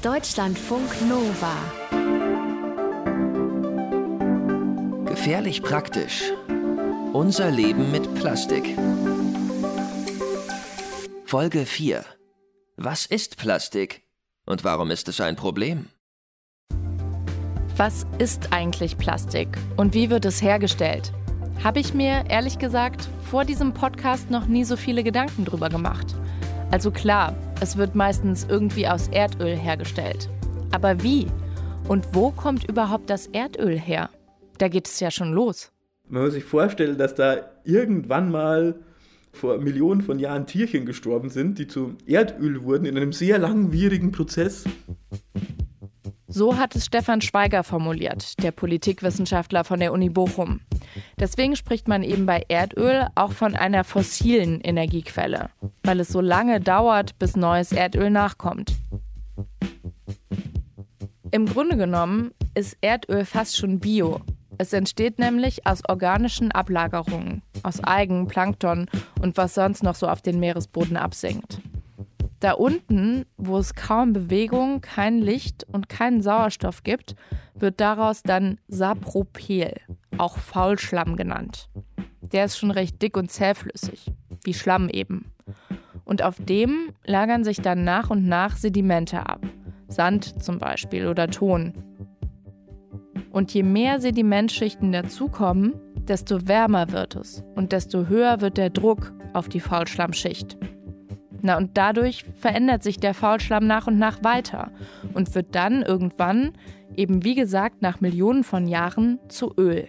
Deutschlandfunk Nova. Gefährlich praktisch. Unser Leben mit Plastik. Folge 4. Was ist Plastik und warum ist es ein Problem? Was ist eigentlich Plastik und wie wird es hergestellt? Habe ich mir, ehrlich gesagt, vor diesem Podcast noch nie so viele Gedanken drüber gemacht. Also klar, es wird meistens irgendwie aus Erdöl hergestellt. Aber wie? Und wo kommt überhaupt das Erdöl her? Da geht es ja schon los. Man muss sich vorstellen, dass da irgendwann mal vor Millionen von Jahren Tierchen gestorben sind, die zu Erdöl wurden in einem sehr langwierigen Prozess. So hat es Stefan Schweiger formuliert, der Politikwissenschaftler von der Uni Bochum. Deswegen spricht man eben bei Erdöl auch von einer fossilen Energiequelle, weil es so lange dauert, bis neues Erdöl nachkommt. Im Grunde genommen ist Erdöl fast schon bio. Es entsteht nämlich aus organischen Ablagerungen, aus Algen, Plankton und was sonst noch so auf den Meeresboden absinkt. Da unten, wo es kaum Bewegung, kein Licht und keinen Sauerstoff gibt, wird daraus dann Sapropel, auch Faulschlamm genannt. Der ist schon recht dick und zähflüssig, wie Schlamm eben. Und auf dem lagern sich dann nach und nach Sedimente ab, Sand zum Beispiel oder Ton. Und je mehr Sedimentschichten dazukommen, desto wärmer wird es und desto höher wird der Druck auf die Faulschlammschicht. Na, und dadurch verändert sich der Faulschlamm nach und nach weiter und wird dann irgendwann, eben wie gesagt nach Millionen von Jahren, zu Öl.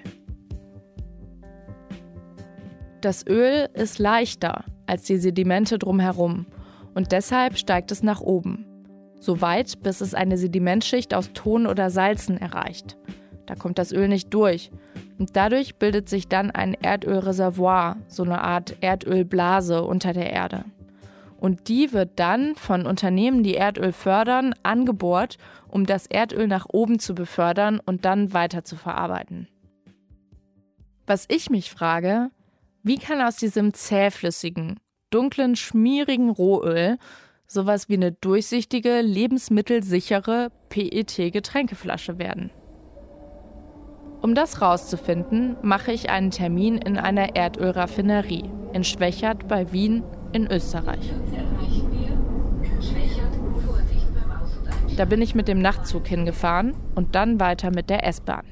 Das Öl ist leichter als die Sedimente drumherum und deshalb steigt es nach oben. So weit, bis es eine Sedimentschicht aus Ton oder Salzen erreicht. Da kommt das Öl nicht durch und dadurch bildet sich dann ein Erdölreservoir, so eine Art Erdölblase unter der Erde. Und die wird dann von Unternehmen, die Erdöl fördern, angebohrt, um das Erdöl nach oben zu befördern und dann weiter zu verarbeiten. Was ich mich frage, wie kann aus diesem zähflüssigen, dunklen, schmierigen Rohöl sowas wie eine durchsichtige, lebensmittelsichere PET-Getränkeflasche werden? Um das rauszufinden, mache ich einen Termin in einer Erdölraffinerie in Schwechat bei Wien in Österreich. Da bin ich mit dem Nachtzug hingefahren und dann weiter mit der S-Bahn.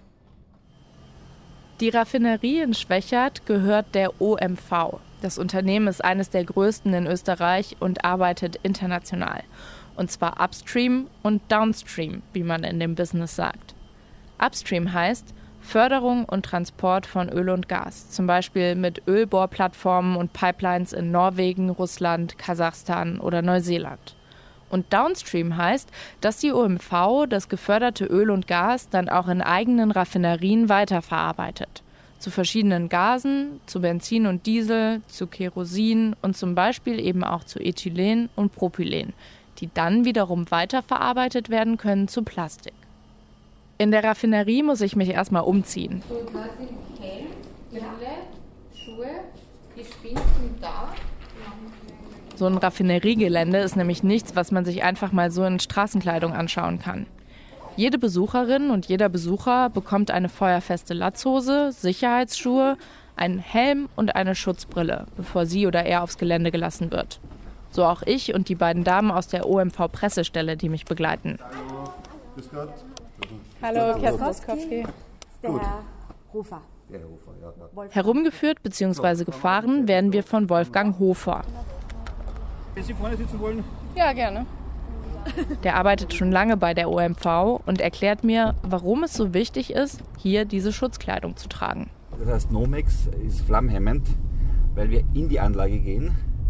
Die Raffinerie in Schwechat gehört der OMV. Das Unternehmen ist eines der größten in Österreich und arbeitet international. Und zwar upstream und downstream, wie man in dem Business sagt. Upstream heißt Förderung und Transport von Öl und Gas, zum Beispiel mit Ölbohrplattformen und Pipelines in Norwegen, Russland, Kasachstan oder Neuseeland. Und Downstream heißt, dass die OMV das geförderte Öl und Gas dann auch in eigenen Raffinerien weiterverarbeitet. Zu verschiedenen Gasen, zu Benzin und Diesel, zu Kerosin und zum Beispiel eben auch zu Ethylen und Propylen, die dann wiederum weiterverarbeitet werden können zu Plastik. In der Raffinerie muss ich mich erstmal umziehen. So, da sind Helm, Brille, Schuhe, die Spinnen sind da. So ein Raffineriegelände ist nämlich nichts, was man sich einfach mal so in Straßenkleidung anschauen kann. Jede Besucherin und jeder Besucher bekommt eine feuerfeste Latzhose, Sicherheitsschuhe, einen Helm und eine Schutzbrille, bevor sie oder er aufs Gelände gelassen wird. So auch ich und die beiden Damen aus der OMV-Pressestelle, die mich begleiten. Hallo, grüß Gott. Hallo, Kerstin Oskowski. Der Herr Hofer. Herumgeführt bzw. gefahren werden wir von Wolfgang Hofer. Wenn Sie vorne sitzen wollen? Ja, gerne. Der arbeitet schon lange bei der OMV und erklärt mir, warum es so wichtig ist, hier diese Schutzkleidung zu tragen. Das heißt, Nomex ist flammhemmend, weil wir in die Anlage gehen.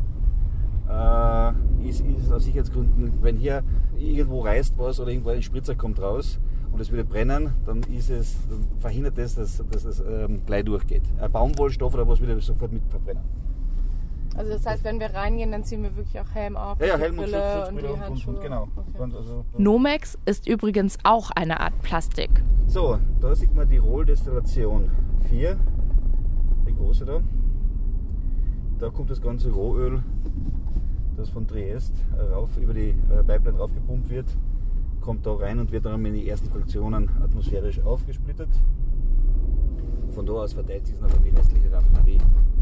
Ist aus Sicherheitsgründen, wenn hier irgendwo reißt was oder irgendwo ein Spritzer kommt raus und es würde brennen, dann verhindert das, dass es gleich durchgeht. Ein Baumwollstoff oder was würde sofort mit verbrennen. Also das heißt, wenn wir reingehen, dann ziehen wir wirklich auch Helm auf, ja, Helm und Brille Schutzbrille und die Handschuhe. Genau. Okay. Also, Nomex ist übrigens auch eine Art Plastik. So, da sieht man die Rohldestillation 4, die große da. Da kommt das ganze Rohöl, das von Triest rauf über die Pipeline raufgepumpt wird, kommt da rein und wird dann in die ersten Fraktionen atmosphärisch aufgesplittet. Von da aus verteilt sich es noch in die restliche Raffinerie.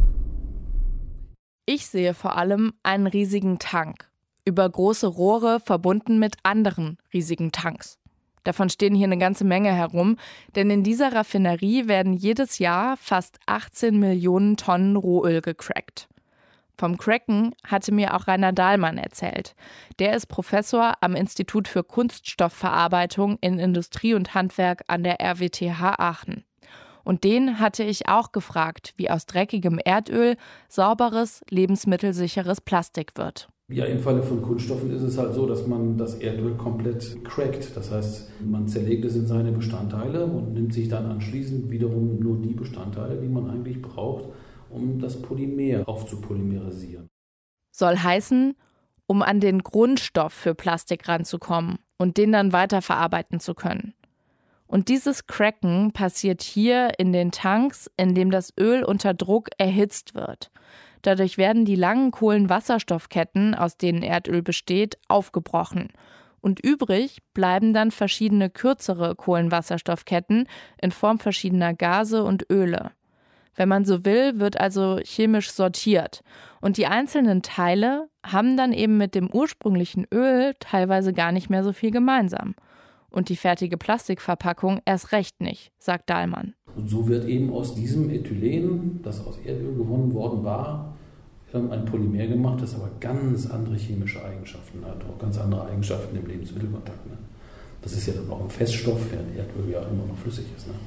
Ich sehe vor allem einen riesigen Tank. Über große Rohre verbunden mit anderen riesigen Tanks. Davon stehen hier eine ganze Menge herum, denn in dieser Raffinerie werden jedes Jahr fast 18 Millionen Tonnen Rohöl gecrackt. Vom Cracken hatte mir auch Rainer Dahlmann erzählt. Der ist Professor am Institut für Kunststoffverarbeitung in Industrie und Handwerk an der RWTH Aachen. Und den hatte ich auch gefragt, wie aus dreckigem Erdöl sauberes, lebensmittelsicheres Plastik wird. Ja, im Falle von Kunststoffen ist es halt so, dass man das Erdöl komplett crackt. Das heißt, man zerlegt es in seine Bestandteile und nimmt sich dann anschließend wiederum nur die Bestandteile, die man eigentlich braucht, um das Polymer aufzupolymerisieren. Soll heißen, um an den Grundstoff für Plastik ranzukommen und den dann weiterverarbeiten zu können. Und dieses Cracken passiert hier in den Tanks, in dem das Öl unter Druck erhitzt wird. Dadurch werden die langen Kohlenwasserstoffketten, aus denen Erdöl besteht, aufgebrochen. Und übrig bleiben dann verschiedene kürzere Kohlenwasserstoffketten in Form verschiedener Gase und Öle. Wenn man so will, wird also chemisch sortiert. Und die einzelnen Teile haben dann eben mit dem ursprünglichen Öl teilweise gar nicht mehr so viel gemeinsam. Und die fertige Plastikverpackung erst recht nicht, sagt Dahlmann. Und so wird eben aus diesem Ethylen, das aus Erdöl gewonnen worden war, ein Polymer gemacht, das aber ganz andere chemische Eigenschaften hat, auch ganz andere Eigenschaften im Lebensmittelkontakt. Ne? Das ist ja dann auch ein Feststoff, während Erdöl ja immer noch flüssig ist. Ne?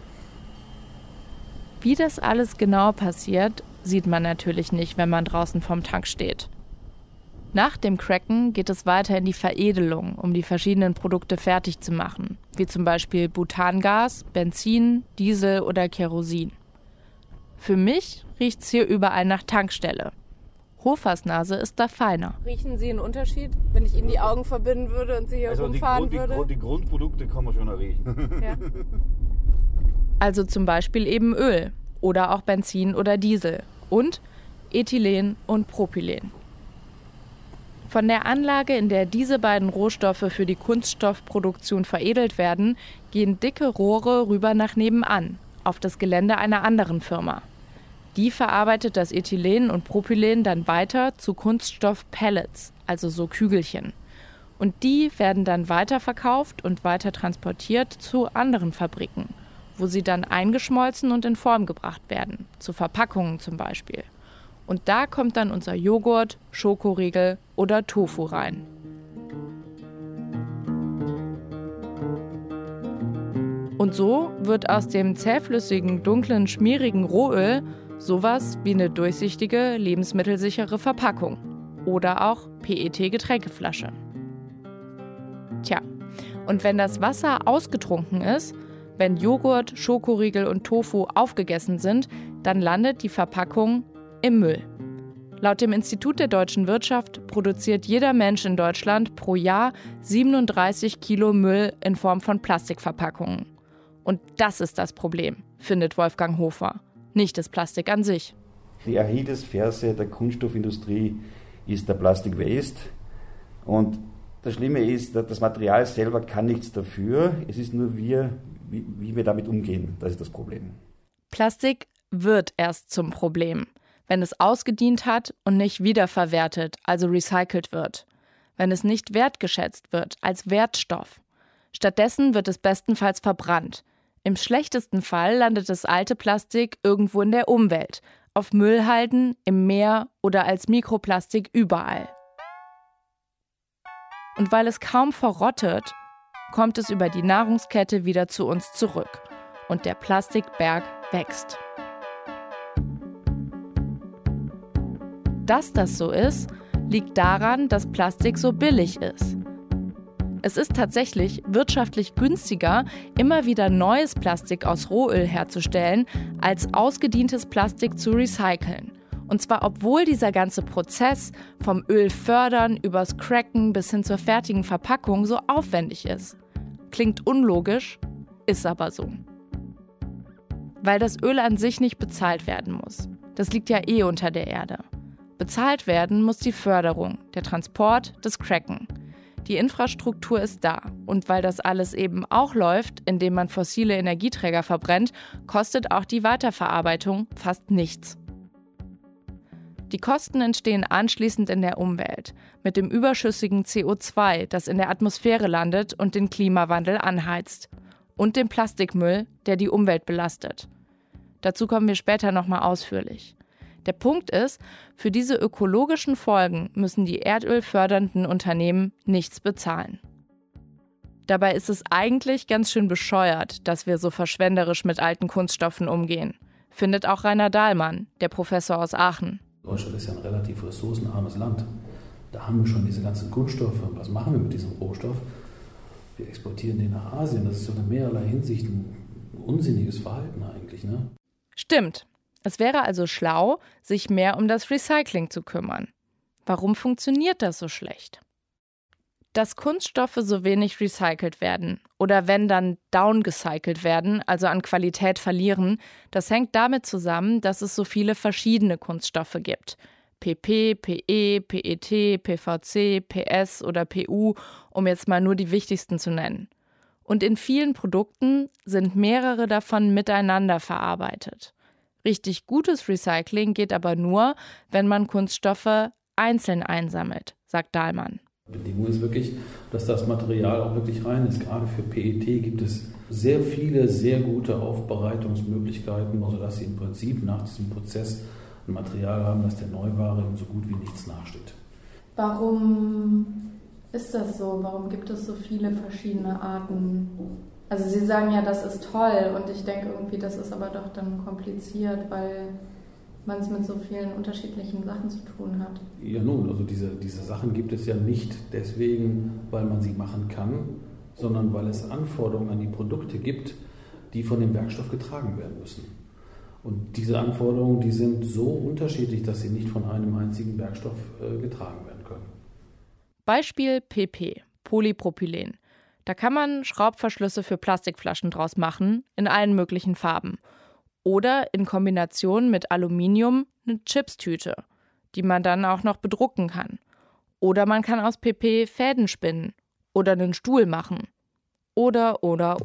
Wie das alles genau passiert, sieht man natürlich nicht, wenn man draußen vorm Tank steht. Nach dem Cracken geht es weiter in die Veredelung, um die verschiedenen Produkte fertig zu machen, wie zum Beispiel Butangas, Benzin, Diesel oder Kerosin. Für mich riecht es hier überall nach Tankstelle. Hofers Nase ist da feiner. Riechen Sie einen Unterschied, wenn ich Ihnen die Augen verbinden würde und Sie hier rumfahren würde? Die Grundprodukte kann man schon riechen. Ja. Also zum Beispiel eben Öl oder auch Benzin oder Diesel und Ethylen und Propylen. Von der Anlage, in der diese beiden Rohstoffe für die Kunststoffproduktion veredelt werden, gehen dicke Rohre rüber nach nebenan, auf das Gelände einer anderen Firma. Die verarbeitet das Ethylen und Propylen dann weiter zu Kunststoffpellets, also so Kügelchen. Und die werden dann weiterverkauft und weiter transportiert zu anderen Fabriken, wo sie dann eingeschmolzen und in Form gebracht werden, zu Verpackungen zum Beispiel. Und da kommt dann unser Joghurt, Schokoriegel oder Tofu rein. Und so wird aus dem zähflüssigen, dunklen, schmierigen Rohöl sowas wie eine durchsichtige, lebensmittelsichere Verpackung. Oder auch PET-Getränkeflasche. Tja, und wenn das Wasser ausgetrunken ist, wenn Joghurt, Schokoriegel und Tofu aufgegessen sind, dann landet die Verpackung im Müll. Laut dem Institut der deutschen Wirtschaft produziert jeder Mensch in Deutschland pro Jahr 37 Kilo Müll in Form von Plastikverpackungen. Und das ist das Problem, findet Wolfgang Hofer, nicht das Plastik an sich. Die Achillesferse der Kunststoffindustrie ist der Plastic Waste. Und das Schlimme ist, das Material selber kann nichts dafür. Es ist nur wie wir damit umgehen. Das ist das Problem. Plastik wird erst zum Problem, wenn es ausgedient hat und nicht wiederverwertet, also recycelt wird. Wenn es nicht wertgeschätzt wird als Wertstoff. Stattdessen wird es bestenfalls verbrannt. Im schlechtesten Fall landet das alte Plastik irgendwo in der Umwelt, auf Müllhalden, im Meer oder als Mikroplastik überall. Und weil es kaum verrottet, kommt es über die Nahrungskette wieder zu uns zurück. Und der Plastikberg wächst. Dass das so ist, liegt daran, dass Plastik so billig ist. Es ist tatsächlich wirtschaftlich günstiger, immer wieder neues Plastik aus Rohöl herzustellen, als ausgedientes Plastik zu recyceln. Und zwar obwohl dieser ganze Prozess vom Öl fördern übers Cracken bis hin zur fertigen Verpackung so aufwendig ist. Klingt unlogisch, ist aber so. Weil das Öl an sich nicht bezahlt werden muss. Das liegt ja eh unter der Erde. Bezahlt werden muss die Förderung, der Transport, das Cracken. Die Infrastruktur ist da. Und weil das alles eben auch läuft, indem man fossile Energieträger verbrennt, kostet auch die Weiterverarbeitung fast nichts. Die Kosten entstehen anschließend in der Umwelt, mit dem überschüssigen CO2, das in der Atmosphäre landet und den Klimawandel anheizt. Und dem Plastikmüll, der die Umwelt belastet. Dazu kommen wir später nochmal ausführlich. Der Punkt ist, für diese ökologischen Folgen müssen die erdölfördernden Unternehmen nichts bezahlen. Dabei ist es eigentlich ganz schön bescheuert, dass wir so verschwenderisch mit alten Kunststoffen umgehen, findet auch Rainer Dahlmann, der Professor aus Aachen. Deutschland ist ja ein relativ ressourcenarmes Land. Da haben wir schon diese ganzen Kunststoffe. Und was machen wir mit diesem Rohstoff? Wir exportieren den nach Asien. Das ist so in mehrerlei Hinsicht ein unsinniges Verhalten eigentlich, ne? Stimmt. Es wäre also schlau, sich mehr um das Recycling zu kümmern. Warum funktioniert das so schlecht? Dass Kunststoffe so wenig recycelt werden oder wenn dann downgecycelt werden, also an Qualität verlieren, das hängt damit zusammen, dass es so viele verschiedene Kunststoffe gibt. PP, PE, PET, PVC, PS oder PU, um jetzt mal nur die wichtigsten zu nennen. Und in vielen Produkten sind mehrere davon miteinander verarbeitet. Richtig gutes Recycling geht aber nur, wenn man Kunststoffe einzeln einsammelt, sagt Dahlmann. Die Bedingung ist wirklich, dass das Material auch wirklich rein ist. Gerade für PET gibt es sehr viele, sehr gute Aufbereitungsmöglichkeiten, sodass Sie im Prinzip nach diesem Prozess ein Material haben, das der Neuware so gut wie nichts nachsteht. Warum ist das so? Warum gibt es so viele verschiedene Arten? Also Sie sagen ja, das ist toll und ich denke irgendwie, das ist aber doch dann kompliziert, weil man es mit so vielen unterschiedlichen Sachen zu tun hat. Ja nun, also diese Sachen gibt es ja nicht deswegen, weil man sie machen kann, sondern weil es Anforderungen an die Produkte gibt, die von dem Werkstoff getragen werden müssen. Und diese Anforderungen, die sind so unterschiedlich, dass sie nicht von einem einzigen Werkstoff getragen werden können. Beispiel PP, Polypropylen. Da kann man Schraubverschlüsse für Plastikflaschen draus machen, in allen möglichen Farben. Oder in Kombination mit Aluminium eine Chipstüte, die man dann auch noch bedrucken kann. Oder man kann aus PP Fäden spinnen oder einen Stuhl machen. Oder.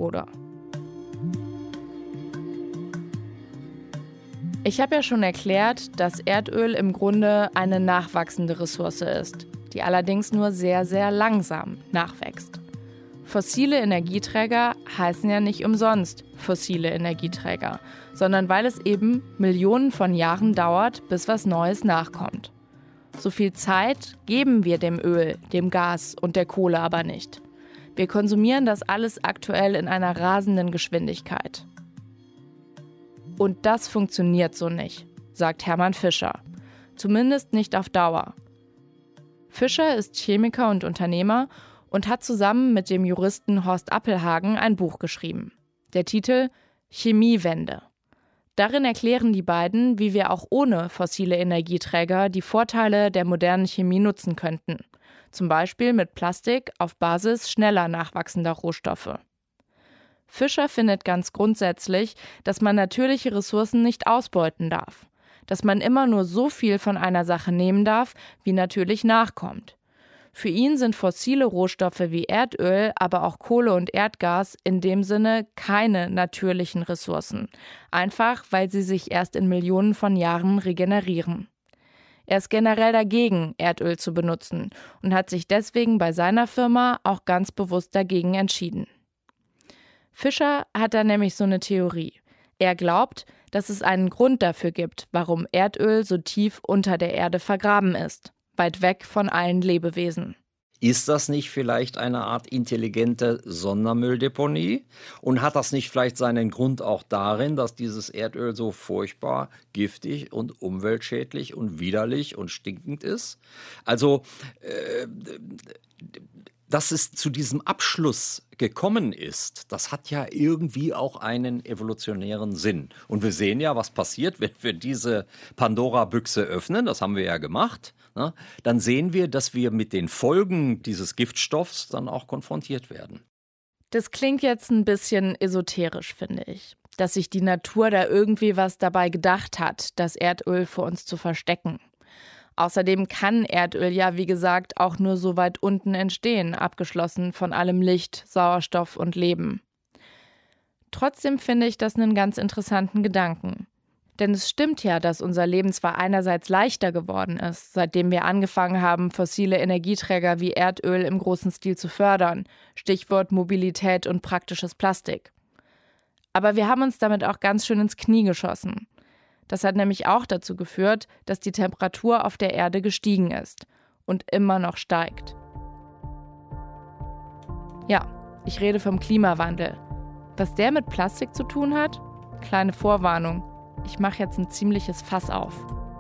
Ich habe ja schon erklärt, dass Erdöl im Grunde eine nachwachsende Ressource ist, die allerdings nur sehr, sehr langsam nachwächst. Fossile Energieträger heißen ja nicht umsonst fossile Energieträger, sondern weil es eben Millionen von Jahren dauert, bis was Neues nachkommt. So viel Zeit geben wir dem Öl, dem Gas und der Kohle aber nicht. Wir konsumieren das alles aktuell in einer rasenden Geschwindigkeit. Und das funktioniert so nicht, sagt Hermann Fischer. Zumindest nicht auf Dauer. Fischer ist Chemiker und Unternehmer und hat zusammen mit dem Juristen Horst Appelhagen ein Buch geschrieben. Der Titel Chemiewende. Darin erklären die beiden, wie wir auch ohne fossile Energieträger die Vorteile der modernen Chemie nutzen könnten. Zum Beispiel mit Plastik auf Basis schneller nachwachsender Rohstoffe. Fischer findet ganz grundsätzlich, dass man natürliche Ressourcen nicht ausbeuten darf. Dass man immer nur so viel von einer Sache nehmen darf, wie natürlich nachkommt. Für ihn sind fossile Rohstoffe wie Erdöl, aber auch Kohle und Erdgas in dem Sinne keine natürlichen Ressourcen. Einfach, weil sie sich erst in Millionen von Jahren regenerieren. Er ist generell dagegen, Erdöl zu benutzen und hat sich deswegen bei seiner Firma auch ganz bewusst dagegen entschieden. Fischer hat da nämlich so eine Theorie. Er glaubt, dass es einen Grund dafür gibt, warum Erdöl so tief unter der Erde vergraben ist. Weit weg von allen Lebewesen. Ist das nicht vielleicht eine Art intelligente Sondermülldeponie? Und hat das nicht vielleicht seinen Grund auch darin, dass dieses Erdöl so furchtbar giftig und umweltschädlich und widerlich und stinkend ist? Also, dass es zu diesem Abschluss gekommen ist, das hat ja irgendwie auch einen evolutionären Sinn. Und wir sehen ja, was passiert, wenn wir diese Pandora-Büchse öffnen, das haben wir ja gemacht, ne? Dann sehen wir, dass wir mit den Folgen dieses Giftstoffs dann auch konfrontiert werden. Das klingt jetzt ein bisschen esoterisch, finde ich. Dass sich die Natur da irgendwie was dabei gedacht hat, das Erdöl vor uns zu verstecken. Außerdem kann Erdöl ja, wie gesagt, auch nur so weit unten entstehen, abgeschlossen von allem Licht, Sauerstoff und Leben. Trotzdem finde ich das einen ganz interessanten Gedanken. Denn es stimmt ja, dass unser Leben zwar einerseits leichter geworden ist, seitdem wir angefangen haben, fossile Energieträger wie Erdöl im großen Stil zu fördern. Stichwort Mobilität und praktisches Plastik. Aber wir haben uns damit auch ganz schön ins Knie geschossen. Das hat nämlich auch dazu geführt, dass die Temperatur auf der Erde gestiegen ist und immer noch steigt. Ja, ich rede vom Klimawandel. Was der mit Plastik zu tun hat? Kleine Vorwarnung. Ich mache jetzt ein ziemliches Fass auf.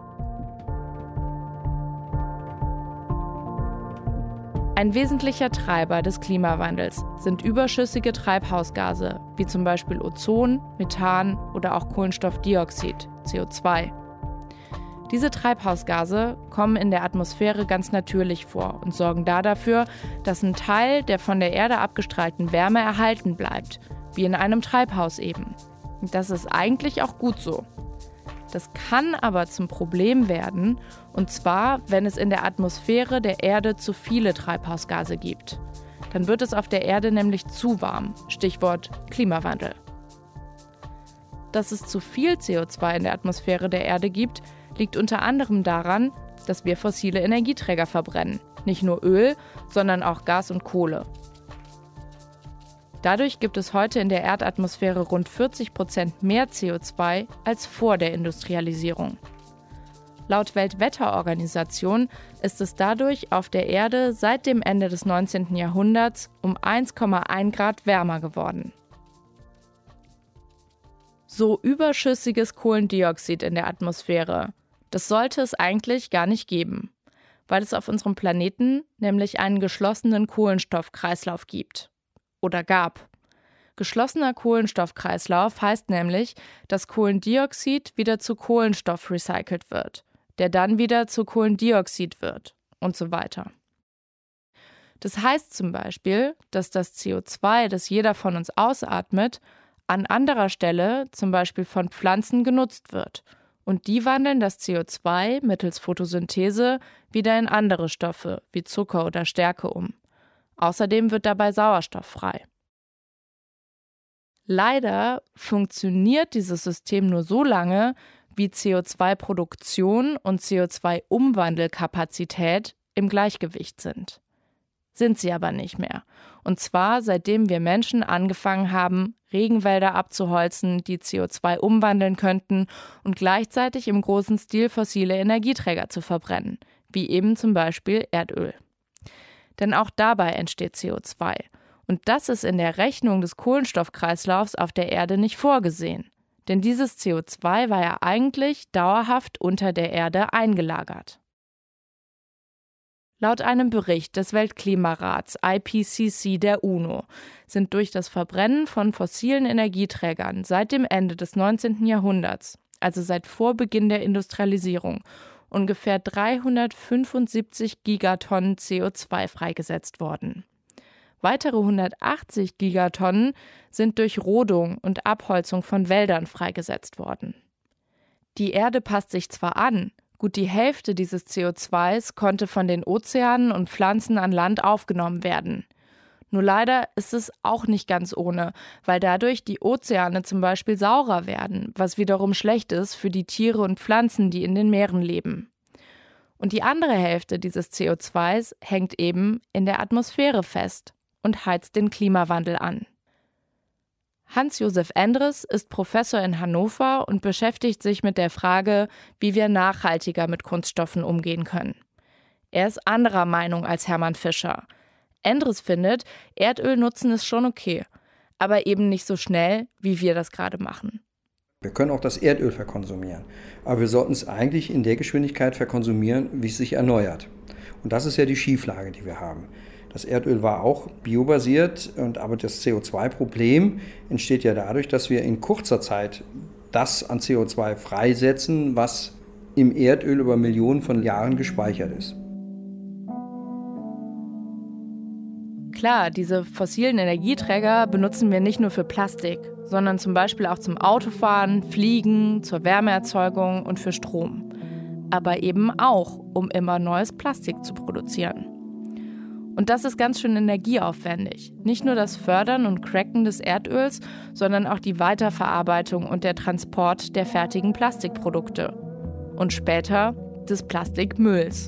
Ein wesentlicher Treiber des Klimawandels sind überschüssige Treibhausgase, wie zum Beispiel Ozon, Methan oder auch Kohlenstoffdioxid, CO2. Diese Treibhausgase kommen in der Atmosphäre ganz natürlich vor und sorgen dafür, dass ein Teil der von der Erde abgestrahlten Wärme erhalten bleibt, wie in einem Treibhaus eben. Das ist eigentlich auch gut so. Das kann aber zum Problem werden, und zwar, wenn es in der Atmosphäre der Erde zu viele Treibhausgase gibt. Dann wird es auf der Erde nämlich zu warm, Stichwort Klimawandel. Dass es zu viel CO2 in der Atmosphäre der Erde gibt, liegt unter anderem daran, dass wir fossile Energieträger verbrennen. Nicht nur Öl, sondern auch Gas und Kohle. Dadurch gibt es heute in der Erdatmosphäre rund 40% mehr CO2 als vor der Industrialisierung. Laut Weltwetterorganisation ist es dadurch auf der Erde seit dem Ende des 19. Jahrhunderts um 1,1 Grad wärmer geworden. So überschüssiges Kohlendioxid in der Atmosphäre, das sollte es eigentlich gar nicht geben, weil es auf unserem Planeten nämlich einen geschlossenen Kohlenstoffkreislauf gibt. Oder gab. Geschlossener Kohlenstoffkreislauf heißt nämlich, dass Kohlendioxid wieder zu Kohlenstoff recycelt wird, der dann wieder zu Kohlendioxid wird und so weiter. Das heißt zum Beispiel, dass das CO2, das jeder von uns ausatmet, an anderer Stelle, zum Beispiel von Pflanzen, genutzt wird. Und die wandeln das CO2 mittels Photosynthese wieder in andere Stoffe, wie Zucker oder Stärke um. Außerdem wird dabei Sauerstoff frei. Leider funktioniert dieses System nur so lange, wie CO2-Produktion und CO2-Umwandelkapazität im Gleichgewicht sind. Sind sie aber nicht mehr. Und zwar seitdem wir Menschen angefangen haben, Regenwälder abzuholzen, die CO2 umwandeln könnten und gleichzeitig im großen Stil fossile Energieträger zu verbrennen, wie eben zum Beispiel Erdöl. Denn auch dabei entsteht CO2. Und das ist in der Rechnung des Kohlenstoffkreislaufs auf der Erde nicht vorgesehen. Denn dieses CO2 war ja eigentlich dauerhaft unter der Erde eingelagert. Laut einem Bericht des Weltklimarats IPCC der UNO sind durch das Verbrennen von fossilen Energieträgern seit dem Ende des 19. Jahrhunderts, also seit Vorbeginn der Industrialisierung, ungefähr 375 Gigatonnen CO2 freigesetzt worden. Weitere 180 Gigatonnen sind durch Rodung und Abholzung von Wäldern freigesetzt worden. Die Erde passt sich zwar an, gut die Hälfte dieses CO2s konnte von den Ozeanen und Pflanzen an Land aufgenommen werden. Nur leider ist es auch nicht ganz ohne, weil dadurch die Ozeane zum Beispiel saurer werden, was wiederum schlecht ist für die Tiere und Pflanzen, die in den Meeren leben. Und die andere Hälfte dieses CO2s hängt eben in der Atmosphäre fest und heizt den Klimawandel an. Hans-Josef Endres ist Professor in Hannover und beschäftigt sich mit der Frage, wie wir nachhaltiger mit Kunststoffen umgehen können. Er ist anderer Meinung als Hermann Fischer. Endres findet, Erdöl nutzen ist schon okay, aber eben nicht so schnell, wie wir das gerade machen. Wir können auch das Erdöl verkonsumieren, aber wir sollten es eigentlich in der Geschwindigkeit verkonsumieren, wie es sich erneuert. Und das ist ja die Schieflage, die wir haben. Das Erdöl war auch biobasiert, aber das CO2-Problem entsteht ja dadurch, dass wir in kurzer Zeit das an CO2 freisetzen, was im Erdöl über Millionen von Jahren gespeichert ist. Klar, diese fossilen Energieträger benutzen wir nicht nur für Plastik, sondern zum Beispiel auch zum Autofahren, Fliegen, zur Wärmeerzeugung und für Strom. Aber eben auch, um immer neues Plastik zu produzieren. Und das ist ganz schön energieaufwendig. Nicht nur das Fördern und Cracken des Erdöls, sondern auch die Weiterverarbeitung und der Transport der fertigen Plastikprodukte. Und später des Plastikmülls.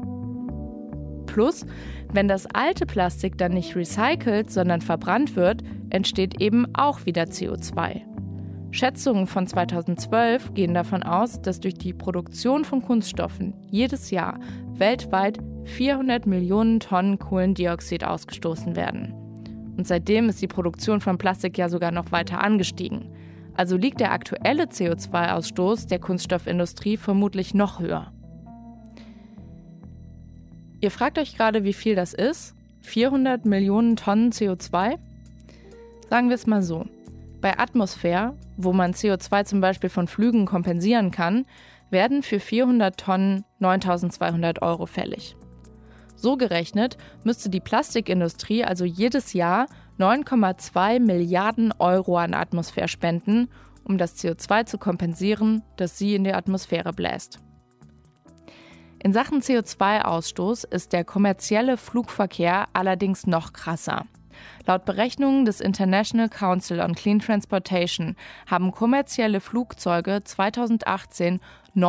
Plus, wenn das alte Plastik dann nicht recycelt, sondern verbrannt wird, entsteht eben auch wieder CO2. Schätzungen von 2012 gehen davon aus, dass durch die Produktion von Kunststoffen jedes Jahr weltweit 400 Millionen Tonnen Kohlendioxid ausgestoßen werden. Und seitdem ist die Produktion von Plastik ja sogar noch weiter angestiegen. Also liegt der aktuelle CO2-Ausstoß der Kunststoffindustrie vermutlich noch höher. Ihr fragt euch gerade, wie viel das ist? 400 Millionen Tonnen CO2? Sagen wir es mal so. Bei Atmosphäre, wo man CO2 zum Beispiel von Flügen kompensieren kann, werden für 400 Tonnen 9.200 € fällig. So gerechnet müsste die Plastikindustrie also jedes Jahr 9,2 Milliarden € an Atmosphäre spenden, um das CO2 zu kompensieren, das sie in die Atmosphäre bläst. In Sachen CO2-Ausstoß ist der kommerzielle Flugverkehr allerdings noch krasser. Laut Berechnungen des International Council on Clean Transportation haben kommerzielle Flugzeuge 2018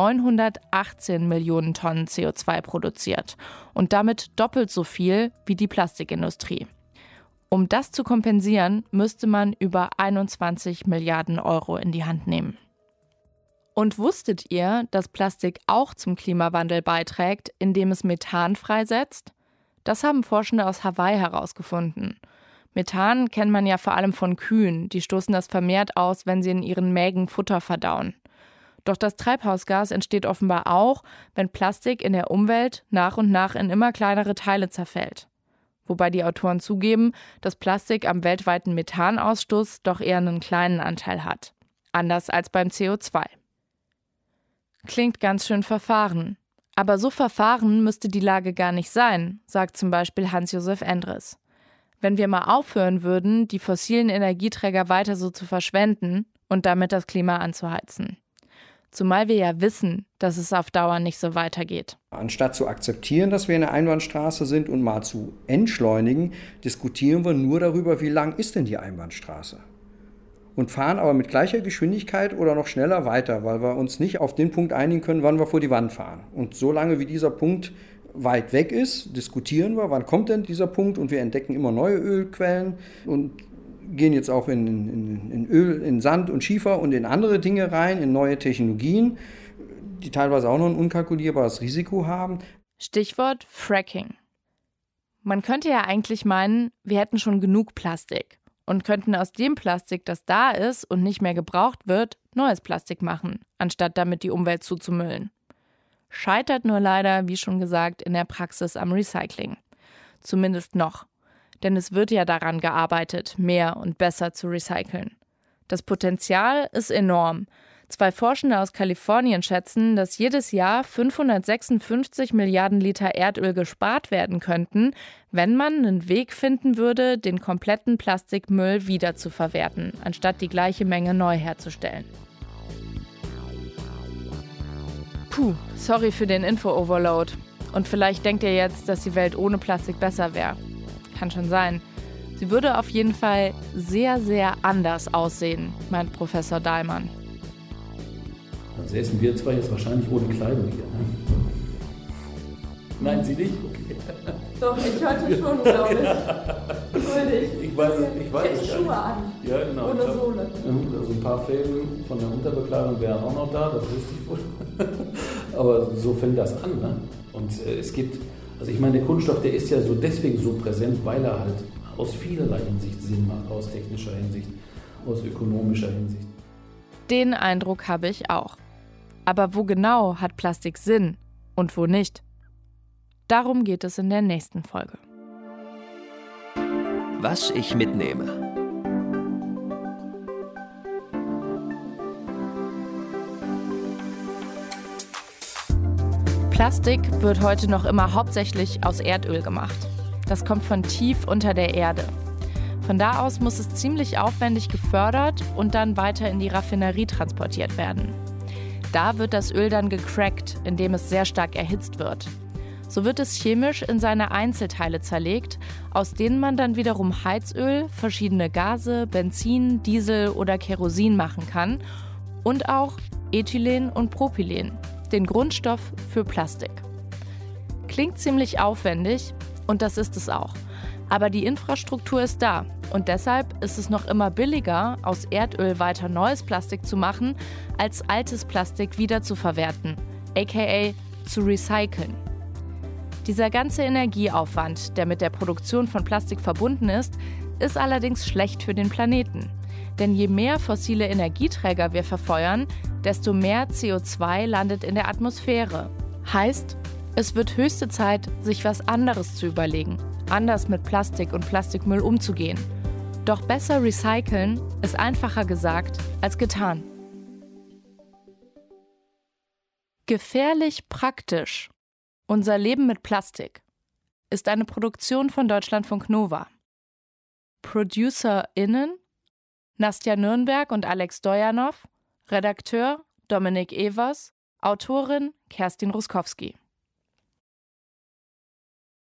918 Millionen Tonnen CO2 produziert und damit doppelt so viel wie die Plastikindustrie. Um das zu kompensieren, müsste man über 21 Milliarden € in die Hand nehmen. Und wusstet ihr, dass Plastik auch zum Klimawandel beiträgt, indem es Methan freisetzt? Das haben Forschende aus Hawaii herausgefunden. Methan kennt man ja vor allem von Kühen, die stoßen das vermehrt aus, wenn sie in ihren Mägen Futter verdauen. Doch das Treibhausgas entsteht offenbar auch, wenn Plastik in der Umwelt nach und nach in immer kleinere Teile zerfällt. Wobei die Autoren zugeben, dass Plastik am weltweiten Methanausstoß doch eher einen kleinen Anteil hat. Anders als beim CO2. Klingt ganz schön verfahren. Aber so verfahren müsste die Lage gar nicht sein, sagt zum Beispiel Hans-Josef Endres. Wenn wir mal aufhören würden, die fossilen Energieträger weiter so zu verschwenden und damit das Klima anzuheizen. Zumal wir ja wissen, dass es auf Dauer nicht so weitergeht. Anstatt zu akzeptieren, dass wir in der Einbahnstraße sind und mal zu entschleunigen, diskutieren wir nur darüber, wie lang ist denn die Einbahnstraße? Und fahren aber mit gleicher Geschwindigkeit oder noch schneller weiter, weil wir uns nicht auf den Punkt einigen können, wann wir vor die Wand fahren. Und solange wie dieser Punkt weit weg ist, diskutieren wir, wann kommt denn dieser Punkt, und wir entdecken immer neue Ölquellen und gehen jetzt auch in Öl, in Sand und Schiefer und in andere Dinge rein, in neue Technologien, die teilweise auch noch ein unkalkulierbares Risiko haben. Stichwort Fracking. Man könnte ja eigentlich meinen, wir hätten schon genug Plastik und könnten aus dem Plastik, das da ist und nicht mehr gebraucht wird, neues Plastik machen, anstatt damit die Umwelt zuzumüllen. Scheitert nur leider, wie schon gesagt, in der Praxis am Recycling. Zumindest noch. Denn es wird ja daran gearbeitet, mehr und besser zu recyceln. Das Potenzial ist enorm. 2 Forschende aus Kalifornien schätzen, dass jedes Jahr 556 Milliarden Liter Erdöl gespart werden könnten, wenn man einen Weg finden würde, den kompletten Plastikmüll wiederzuverwerten, anstatt die gleiche Menge neu herzustellen. Puh, sorry für den Info-Overload. Und vielleicht denkt ihr jetzt, dass die Welt ohne Plastik besser wäre. Kann schon sein. Sie würde auf jeden Fall sehr, sehr anders aussehen, meint Professor Dahlmann. Dann säßen wir zwar jetzt wahrscheinlich ohne Kleidung hier. Ne? Nein, Sie nicht? Okay. Doch, ich heute schon, glaube ich. Ich weiß es Schuhe gar an. nicht. Ja, genau. Oder Sohle. Also ein paar Fäden von der Unterbekleidung wären auch noch da, das wüsste ich wohl. Aber so fängt das an. Ne? Und es gibt, also ich meine, der Kunststoff, der ist ja so deswegen so präsent, weil er halt aus vielerlei Hinsicht Sinn macht, aus technischer Hinsicht, aus ökonomischer Hinsicht. Den Eindruck habe ich auch. Aber wo genau hat Plastik Sinn und wo nicht? Darum geht es in der nächsten Folge. Was ich mitnehme. Plastik wird heute noch immer hauptsächlich aus Erdöl gemacht. Das kommt von tief unter der Erde. Von da aus muss es ziemlich aufwendig gefördert und dann weiter in die Raffinerie transportiert werden. Da wird das Öl dann gecrackt, indem es sehr stark erhitzt wird. So wird es chemisch in seine Einzelteile zerlegt, aus denen man dann wiederum Heizöl, verschiedene Gase, Benzin, Diesel oder Kerosin machen kann und auch Ethylen und Propylen, den Grundstoff für Plastik. Klingt ziemlich aufwendig und das ist es auch. Aber die Infrastruktur ist da und deshalb ist es noch immer billiger, aus Erdöl weiter neues Plastik zu machen, als altes Plastik wiederzuverwerten, aka zu recyceln. Dieser ganze Energieaufwand, der mit der Produktion von Plastik verbunden ist allerdings schlecht für den Planeten. Denn je mehr fossile Energieträger wir verfeuern, desto mehr CO2 landet in der Atmosphäre. Heißt, es wird höchste Zeit, sich was anderes zu überlegen, anders mit Plastik und Plastikmüll umzugehen. Doch besser recyceln ist einfacher gesagt als getan. Gefährlich praktisch. Unser Leben mit Plastik ist eine Produktion von Deutschlandfunk Nova. ProducerInnen Nastja Nürnberg und Alex Dojanow, Redakteur Dominik Evers, Autorin Kerstin Ruskowski.